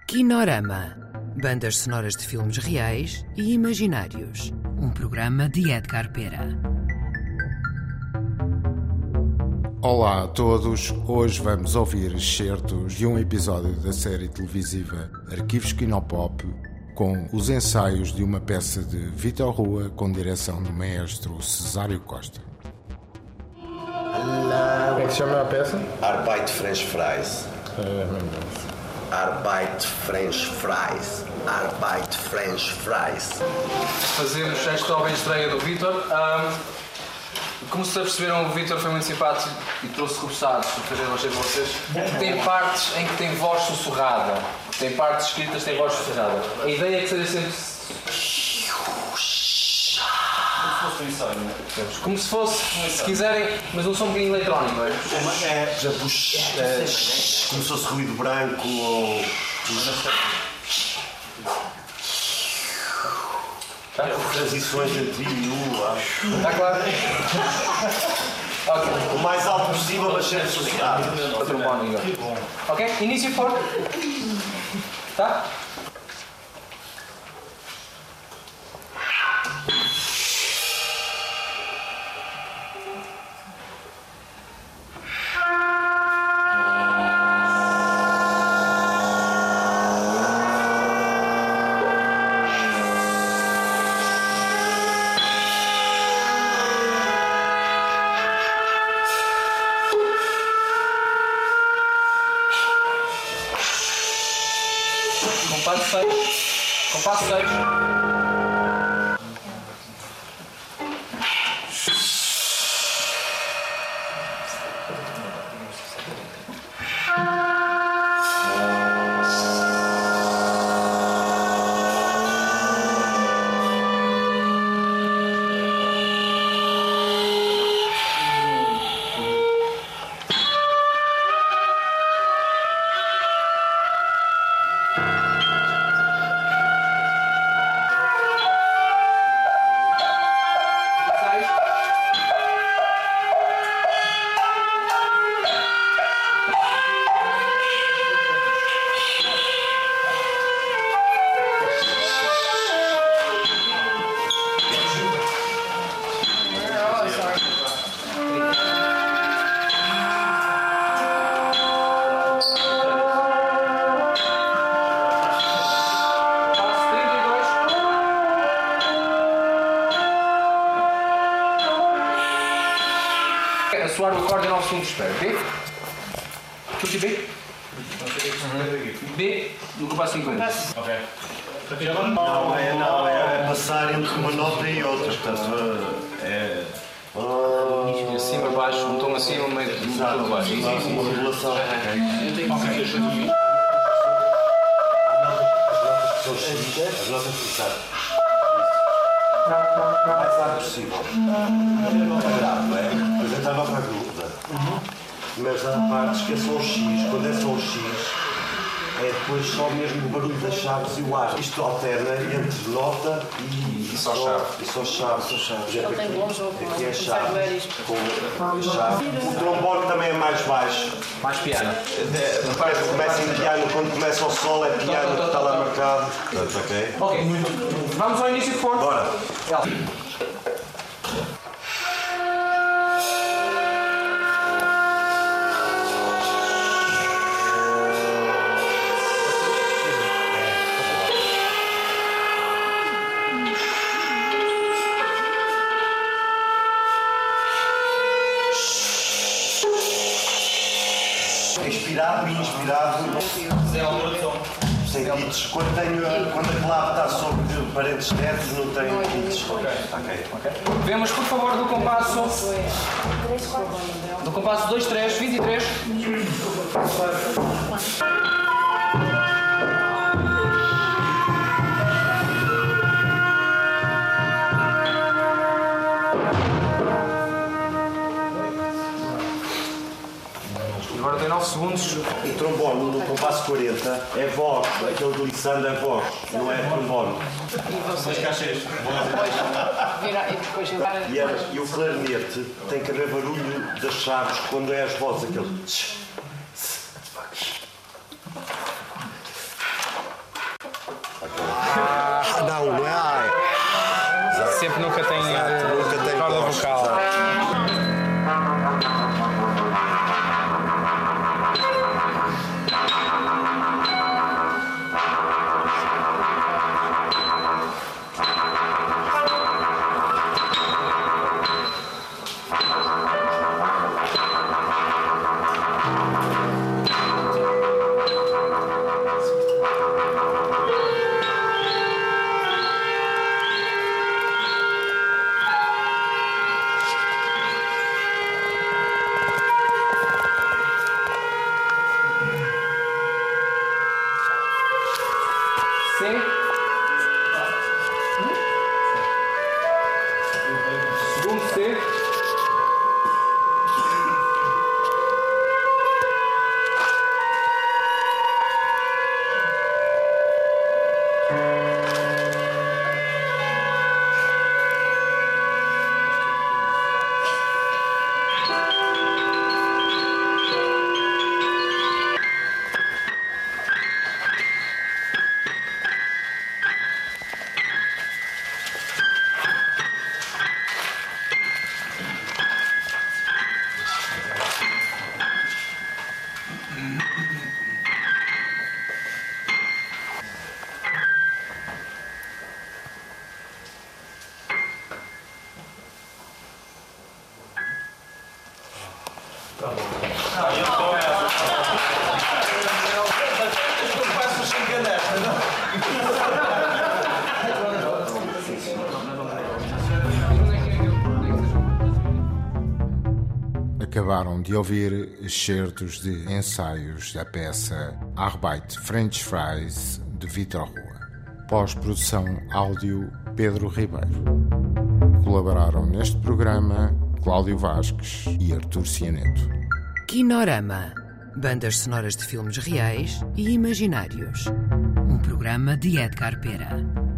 Kinorama. Bandas sonoras de filmes reais e imaginários. Um programa de Edgar Pera. Olá a todos, hoje vamos ouvir excertos de um episódio da série televisiva Arquivos Kinopop com os ensaios de uma peça de Vítor Rua com direção do maestro Cesário Costa. Como é que se chama a peça? Arbeit French Fries. Arbeit French Fries. Arbeit French Fries. Fazemos esta jovem estreia do Vítor. Como se perceberam, o Vítor foi muito simpático e trouxe repousados para fazer vocês. Tem partes em que tem voz sussurrada, tem partes escritas que tem voz sussurrada. A ideia é que seja sempre como se fosse, se quiserem, mas um som um bocadinho eletrónico, não é? Por exemplo, como se fosse ruído branco ou... Transições entre I e U, Está claro? Ok. o mais alto possível, mas sempre sossegado. Ok? Início for. Tá? Compasso 6. Soar o acorde em 9 segundos de espera. B. Tudo B? B no compasso 50. Ok. Não, é passar entre uma nota e outra, portanto, é... Acima, baixo, um tom acima, meio de um tom baixo. Uma regulação. As notas fixadas. Mais alto possível. Não é grave, não é? Mas eu estava para a gruda. Mas há partes que é só o X. Quando é só o X, é depois só mesmo o barulho das chaves e o ar. Isto alterna entre nota e só chave. E só chave. Ele tem bom jogo, Aqui é consegue chave. ler isto. Com chave. O trombone também é mais baixo. Mais piano. Depois começa em piano, quando começa o sol é piano que está lá marcado. Ok? Ok. Vamos ao início de for. Bora. Inspirado e inspirado. Sem beats. Quando a clave está sobre parentes retos, não tem beats. Ok. Vemos, por favor, do compasso 2, 3, 23. Agora tem 9 segundos. O trombone no compasso 40 é voz, aquele do glissando é voz, não é trombone. E vocês? E o clarinete tem que haver barulho das chaves quando é as vozes, aquele. Acabaram de ouvir excertos de ensaios da peça Arbeit French Fries, de Vítor Rua. Pós-produção áudio, Pedro Ribeiro. Colaboraram neste programa Cláudio Vasques e Artur Cianeto. Kinorama. Bandas sonoras de filmes reais e imaginários. Um programa de Edgar Pera.